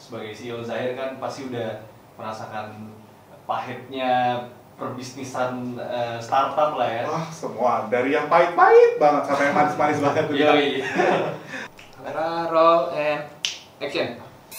sebagai CEO Zahir kan pasti udah merasakan pahitnya perbisnisan startup lah ya. Semua dari yang pahit-pahit banget sampai yang manis-manis banget tuh. Yoi. Kamera roll and action.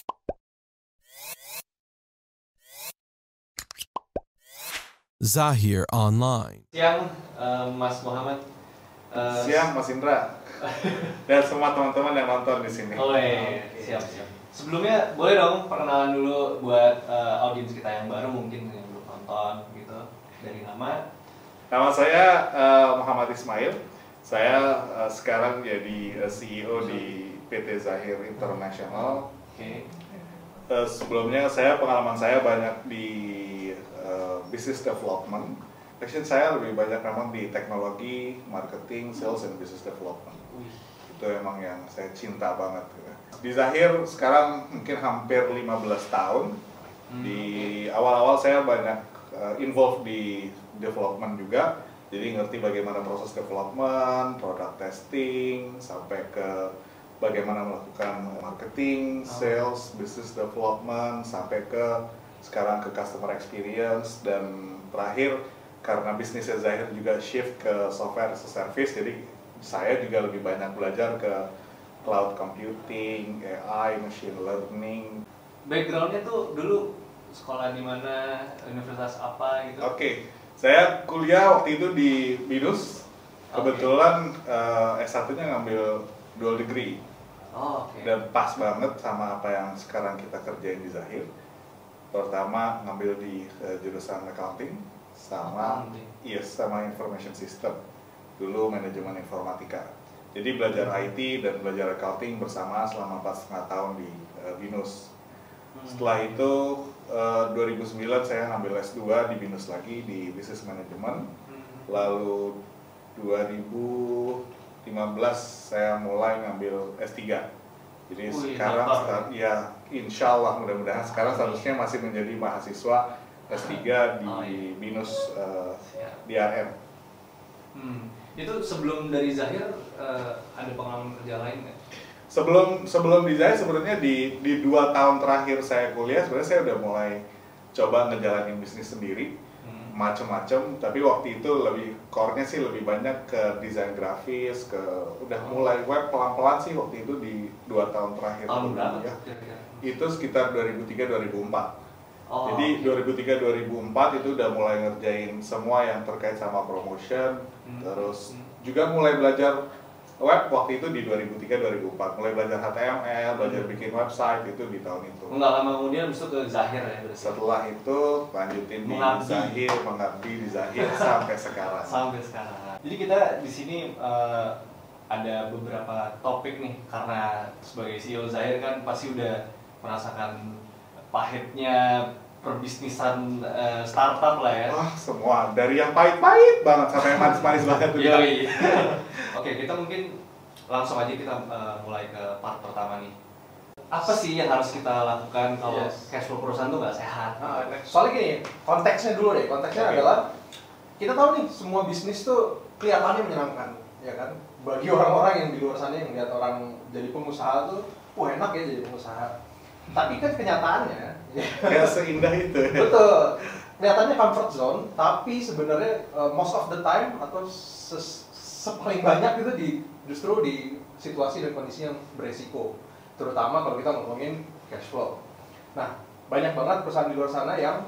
Zahir Online. Siang Mas Muhammad. Siang Mas Indra. Dan semua teman-teman yang nonton di sini. Oh iya, siap. Sebelumnya boleh dong perkenalan dulu buat audiens kita yang baru mungkin yang belum nonton gitu. Dari nama saya Muhammad Ismail. Saya sekarang jadi CEO di PT Zahir International. Oke. Sebelumnya pengalaman saya banyak di business development. Passion saya lebih banyak memang di teknologi, marketing, sales, and business development. Itu emang yang saya cinta banget. Di Zahir sekarang mungkin hampir 15 tahun. Di awal-awal saya banyak involved di development juga. Jadi ngerti bagaimana proses development, product testing, sampai ke bagaimana melakukan marketing, sales, business development, sampai ke sekarang ke customer experience, dan terakhir karena bisnisnya Zahir juga shift ke software as a service, jadi saya juga lebih banyak belajar ke cloud computing, AI, machine learning. Backgroundnya tuh dulu sekolah di mana, universitas apa gitu? Oke, saya kuliah waktu itu di BINUS. Kebetulan S1-nya ngambil dual degree. Dan pas banget sama apa yang sekarang kita kerjain di Zahir. Pertama ngambil di jurusan accounting sama information system. Dulu manajemen informatika. Jadi belajar IT dan belajar accounting bersama selama 4,5 tahun di BINUS. Setelah itu 2009 saya ngambil S2 di BINUS lagi di business management. Lalu 2015 saya mulai ngambil S3. Jadi sekarang ya insya Allah mudah-mudahan sekarang seharusnya masih menjadi mahasiswa S3 di BINUS di RM. Itu sebelum dari Zahir ada pengalaman kerja lain nggak? Sebelum di Zahir sebenarnya di 2 tahun terakhir saya kuliah sebenarnya saya udah mulai coba ngejalanin bisnis sendiri. Macem-macem, tapi waktu itu core-nya sih lebih banyak ke desain grafis, udah mulai web pelan-pelan sih waktu itu di 2 tahun terakhir. Tahun berapa? Ya. Itu sekitar 2003-2004. Jadi 2003-2004 itu udah mulai ngerjain semua yang terkait sama promotion, terus juga mulai belajar web waktu itu di 2003-2004, mulai belajar HTML, belajar bikin website itu di tahun itu. Nggak lama kemudian habis itu ke Zahir ya berarti? Setelah itu lanjutin di Zahir, mengabdi di Zahir sampai sekarang. Sampai sekarang. Jadi kita di sini ada beberapa topik nih, karena sebagai CEO Zahir kan pasti udah merasakan pahitnya perbisnisan startup lah ya. Semua dari yang pahit-pahit banget sampai yang manis-manis banget tuh. Yoi. Oke, kita mungkin langsung aja kita mulai ke part pertama nih. Apa sih yang harus kita lakukan kalau cash flow perusahaan tuh nggak sehat? Soalnya gini, konteksnya dulu deh. Konteksnya adalah kita tahu nih semua bisnis tuh kelihatannya menyenangkan, ya kan? Bagi orang-orang yang di luar sana yang lihat orang jadi pengusaha tuh, enak ya jadi pengusaha. Tapi kan kenyataannya nggak seindah itu. Betul. Kelihatannya comfort zone, tapi sebenarnya most of the time atau sepaling banyak itu justru di situasi dan kondisi yang beresiko. Terutama kalau kita ngomongin cash flow. Nah, banyak banget perusahaan di luar sana yang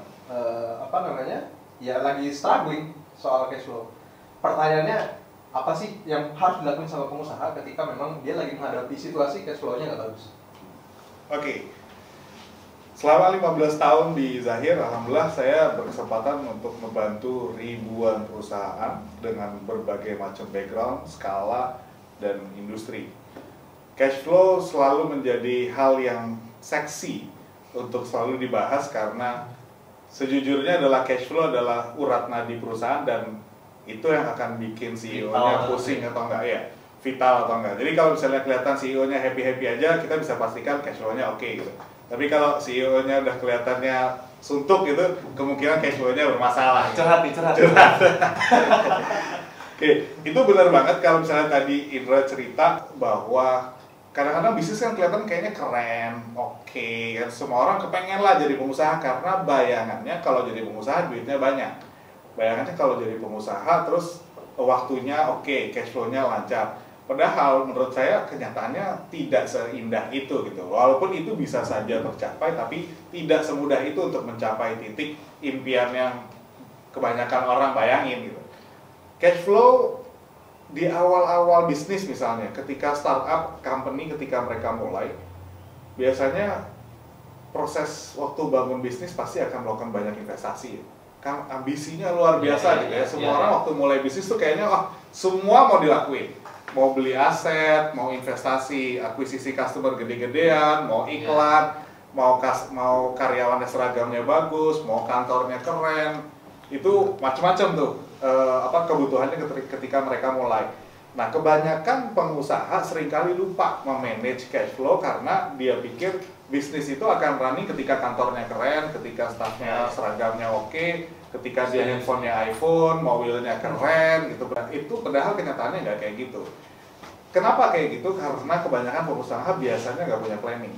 ya lagi struggling soal cash flow. Pertanyaannya, apa sih yang harus dilakukan sama pengusaha ketika memang dia lagi menghadapi situasi cash flow-nya nggak bagus? Oke. Selama 15 tahun di Zahir, alhamdulillah saya berkesempatan untuk membantu ribuan perusahaan dengan berbagai macam background, skala, dan industri. Cash flow selalu menjadi hal yang seksi untuk selalu dibahas karena sejujurnya adalah cash flow adalah urat nadi perusahaan dan itu yang akan bikin CEO-nya pusing atau enggak ya, vital atau enggak. Jadi kalau misalnya kelihatan CEO-nya happy-happy aja, kita bisa pastikan cash flow-nya oke gitu. Tapi kalau CEO-nya udah kelihatannya suntuk gitu, kemungkinan cash flow-nya bermasalah. Curhat nih. Oke, itu benar banget kalau misalnya tadi Indra cerita bahwa kadang-kadang bisnis kan kelihatan kayaknya keren, oke, kan semua orang kepengen lah jadi pengusaha karena bayangannya kalau jadi pengusaha duitnya banyak. Bayangannya kalau jadi pengusaha terus waktunya oke, cash flow-nya lancar. Padahal menurut saya kenyataannya tidak seindah itu gitu. Walaupun itu bisa saja tercapai, tapi tidak semudah itu untuk mencapai titik impian yang kebanyakan orang bayangin gitu. Cash flow di awal-awal bisnis misalnya, ketika startup company, ketika mereka mulai, biasanya proses waktu bangun bisnis pasti akan melakukan banyak investasi. Kan ambisinya luar biasa gitu ya. Semua orang waktu mulai bisnis tuh kayaknya semua mau dilakuin. Mau beli aset, mau investasi, akuisisi customer gede-gedean, mau iklan, mau karyawannya seragamnya bagus, mau kantornya keren, itu macam-macam tuh kebutuhannya ketika mereka mulai. Nah, kebanyakan pengusaha seringkali lupa memanage cash flow karena dia pikir bisnis itu akan running ketika kantornya keren, ketika staffnya seragamnya oke, ketika dia handphonenya iPhone, mobilnya keren gitu. Itu padahal kenyataannya nggak kayak gitu. Kenapa kayak gitu? Karena kebanyakan pengusaha biasanya nggak punya planning.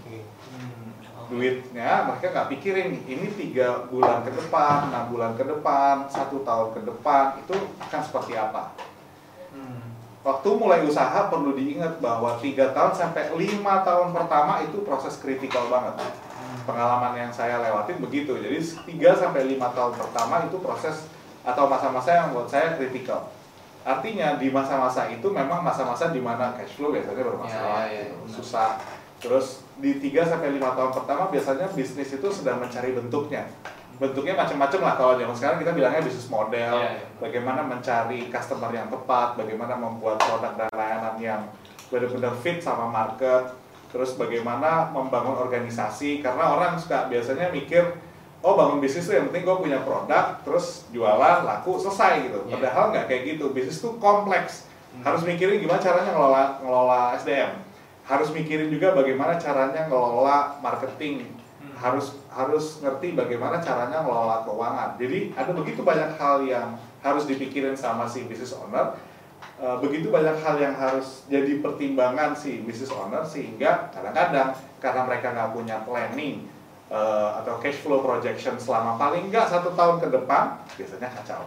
Duitnya mereka nggak pikirin nih, ini 3 bulan ke depan, 6 bulan ke depan, 1 tahun ke depan itu akan seperti apa. Waktu mulai usaha perlu diingat bahwa 3 tahun sampai 5 tahun pertama itu proses kritikal banget. Pengalaman yang saya lewatin begitu. Jadi 3 sampai 5 tahun pertama itu proses atau masa-masa yang buat saya kritikal. Artinya di masa-masa itu memang masa-masa di mana cash flow biasanya bermasalah, susah. Terus di 3 sampai 5 tahun pertama biasanya bisnis itu sedang mencari bentuknya. Bentuknya macam-macam lah, kalau zaman sekarang kita bilangnya bisnis model, bagaimana mencari customer yang tepat, bagaimana membuat produk dan layanan yang benar-benar fit sama market, terus bagaimana membangun organisasi, karena orang suka biasanya mikir, oh bangun bisnis tuh yang penting gue punya produk, terus jualan, laku, selesai gitu. Padahal nggak kayak gitu, bisnis tuh kompleks, harus mikirin gimana caranya ngelola SDM, harus mikirin juga bagaimana caranya ngelola marketing, harus ngerti bagaimana caranya ngelola keuangan. Jadi ada begitu banyak hal yang harus dipikirin sama si business owner, begitu banyak hal yang harus jadi pertimbangan si business owner, sehingga kadang-kadang karena mereka nggak punya planning atau cash flow projection selama paling nggak 1 tahun ke depan, biasanya kacau.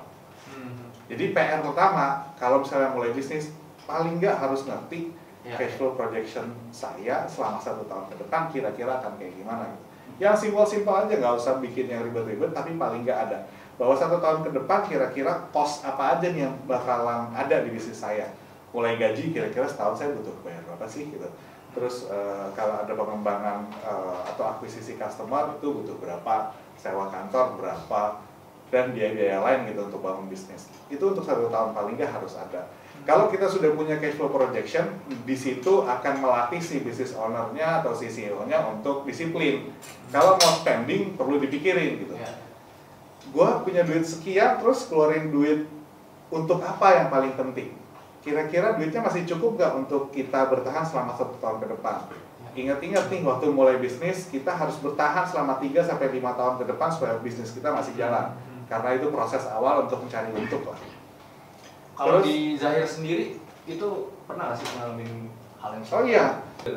Jadi PR pertama kalau misalnya mulai bisnis, paling nggak harus ngerti cash flow projection saya selama 1 tahun ke depan kira-kira akan kayak gimana gitu. Yang simpel-simpel aja, nggak usah bikin yang ribet-ribet, tapi paling nggak ada bahwa 1 tahun ke depan kira-kira cost apa aja nih yang bakalan ada di bisnis saya. Mulai gaji kira-kira setahun saya butuh bayar berapa sih gitu. Terus kalau ada pengembangan atau akuisisi customer itu butuh berapa, sewa kantor berapa, dan biaya-biaya lain gitu untuk bangun bisnis. Itu untuk 1 tahun paling nggak harus ada. Kalau kita sudah punya cash flow projection, di situ akan melatih si business owner-nya atau si CEO-nya untuk disiplin. Kalau mau spending perlu dipikirin gitu. Gua punya duit sekian, terus keluarin duit untuk apa yang paling penting? Kira-kira duitnya masih cukup nggak untuk kita bertahan selama 1 tahun ke depan? Ingat-ingat nih, waktu mulai bisnis kita harus bertahan selama 3 sampai 5 tahun ke depan supaya bisnis kita masih jalan. Karena itu proses awal untuk mencari untung lah. Kalau di Zahir sendiri itu pernah nggak sih ngalamin hal yang Oh iya,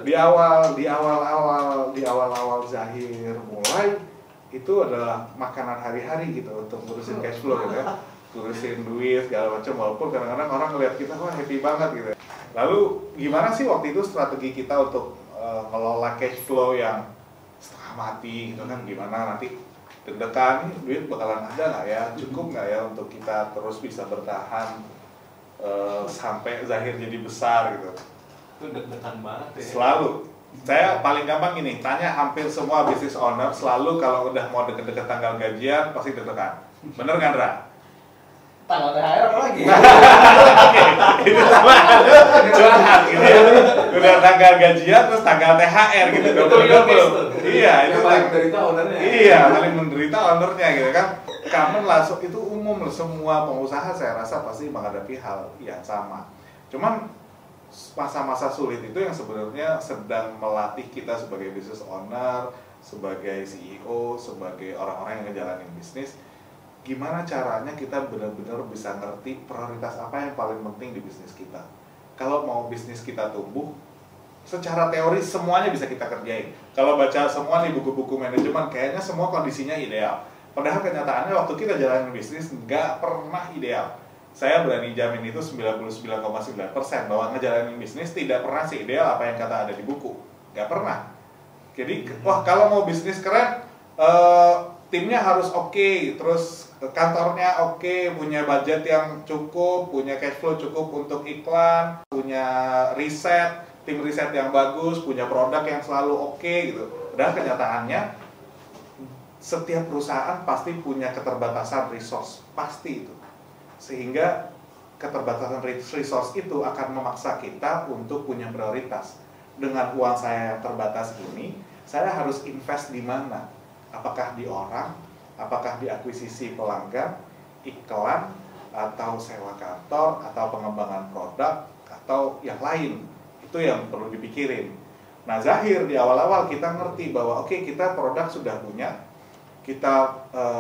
di awal Zahir mulai itu adalah makanan hari-hari gitu untuk ngurusin cash flow gitu ya, ngurusin duit segala macam. Walaupun kadang-kadang orang ngeliat kita wah happy banget gitu. Lalu gimana sih waktu itu strategi kita untuk ngelola cash flow yang setengah mati gitu kan? Gimana nanti deg-degan duit bakalan ada nggak ya, cukup nggak ya untuk kita terus bisa bertahan sampai Zahir jadi besar gitu. Itu deg-degan banget ya. Selalu. Saya paling gampang gini, tanya hampir semua business owner selalu kalau udah mau deket-deket tanggal gajian pasti deg-degan. Bener kan, Ra? Tanggal THR apa lagi? Itu sama curhat gitu ya. Udah tanggal gajian terus tanggal THR gitu. Double. Iya, itu paling menderita ownernya. Iya, paling menderita ownernya gitu kan. Common lah, itu umum lah, semua pengusaha saya rasa pasti menghadapi hal yang sama. Cuman masa-masa sulit itu yang sebenarnya sedang melatih kita sebagai business owner, sebagai CEO, sebagai orang-orang yang ngejalanin bisnis. Gimana caranya kita benar-benar bisa ngerti prioritas apa yang paling penting di bisnis kita. Kalau mau bisnis kita tumbuh, secara teori semuanya bisa kita kerjain. Kalau baca semua di buku-buku manajemen, kayaknya semua kondisinya ideal. Padahal kenyataannya waktu kita jalanin bisnis nggak pernah ideal. Saya berani jamin itu 99,9% bahwa ngejalanin bisnis tidak pernah seideal apa yang kata ada di buku. Nggak pernah. Jadi, wah kalau mau bisnis keren, timnya harus oke, terus kantornya oke, punya budget yang cukup, punya cash flow cukup untuk iklan, punya riset, tim riset yang bagus, punya produk yang selalu oke gitu. Dan kenyataannya setiap perusahaan pasti punya keterbatasan resource, pasti itu. Sehingga keterbatasan resource itu akan memaksa kita untuk punya prioritas. Dengan uang saya yang terbatas ini, saya harus invest di mana? Apakah di orang, apakah di akuisisi pelanggan, iklan, atau sewa kantor, atau pengembangan produk, atau yang lain. Itu yang perlu dipikirin. Nah, Zahir di awal-awal kita ngerti bahwa oke, kita produk sudah punya, kita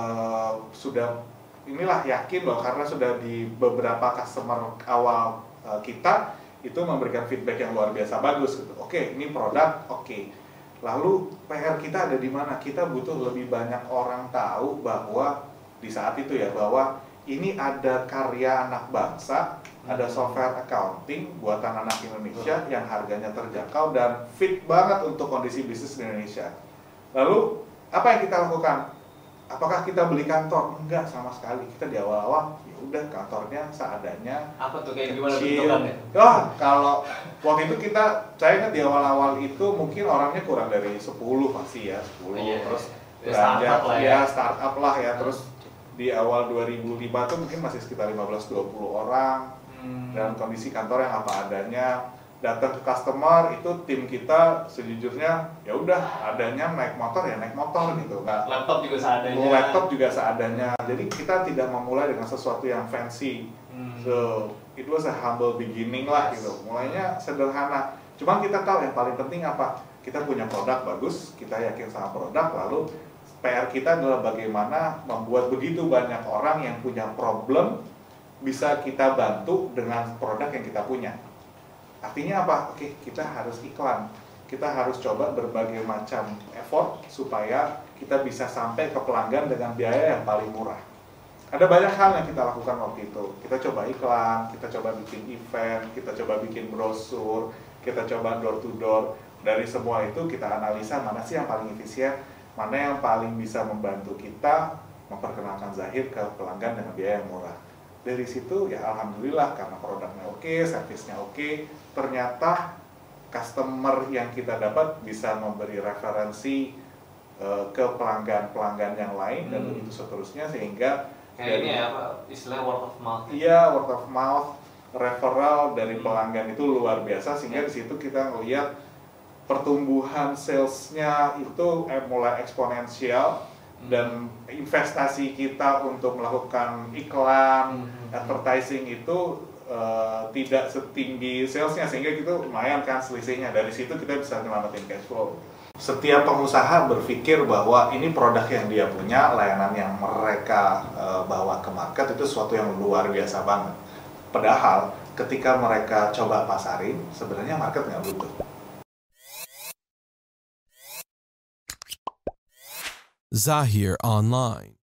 sudah inilah yakin bahwa karena sudah di beberapa customer awal kita itu memberikan feedback yang luar biasa bagus gitu. Oke, ini produk oke. Lalu PR kita ada di mana? Kita butuh lebih banyak orang tahu bahwa di saat itu ya bahwa ini ada karya anak bangsa, ada software accounting buatan anak Indonesia yang harganya terjangkau dan fit banget untuk kondisi bisnis di Indonesia. Lalu apa yang kita lakukan? Apakah kita beli kantor? Enggak sama sekali. Kita di awal-awal ya udah kantornya seadanya. Apa tuh kayak gimana kecil. bentukannya? Wah, kalau waktu itu saya ingat di awal-awal itu mungkin orangnya kurang dari 10 pasti ya, 10. Iya, terus ya, belanja startup lah ya. ya, startup lah ya. Terus di awal 2005 tuh mungkin masih sekitar 15-20 orang. Dan kondisi kantor yang apa adanya. Datang ke customer itu tim kita sejujurnya ya udah adanya naik motor ya naik motor gitu, nggak Laptop juga seadanya. laptop juga seadanya. Jadi kita tidak memulai dengan sesuatu yang fancy. So it was a humble beginning lah gitu. Mulainya sederhana. Cuman kita tahu yang paling penting apa? Kita punya produk bagus, kita yakin sama produk. Lalu PR kita adalah bagaimana membuat begitu banyak orang yang punya problem bisa kita bantu dengan produk yang kita punya. Artinya apa? Oke, kita harus iklan. Kita harus coba berbagai macam effort supaya kita bisa sampai ke pelanggan dengan biaya yang paling murah. Ada banyak hal yang kita lakukan waktu itu. Kita coba iklan, kita coba bikin event, kita coba bikin brosur, kita coba door to door. Dari semua itu kita analisa mana sih yang paling efisien, mana yang paling bisa membantu kita memperkenalkan Zahir ke pelanggan dengan biaya yang murah. Dari situ ya alhamdulillah karena produknya oke, servisnya oke, ternyata customer yang kita dapat bisa memberi referensi ke pelanggan-pelanggan yang lain dan begitu seterusnya sehingga kayak ini ya apa istilah word of mouth. Iya, word of mouth, referral dari pelanggan itu luar biasa sehingga di situ kita ngelihat pertumbuhan salesnya itu mulai eksponensial. Dan investasi kita untuk melakukan iklan, advertising itu tidak setinggi salesnya sehingga itu lumayan kan selisihnya. Dari situ kita bisa nyelamatin cash flow. Setiap pengusaha berpikir bahwa ini produk yang dia punya, layanan yang mereka bawa ke market itu sesuatu yang luar biasa banget. Padahal ketika mereka coba pasarin, sebenarnya market nggak butuh. Zahir Online.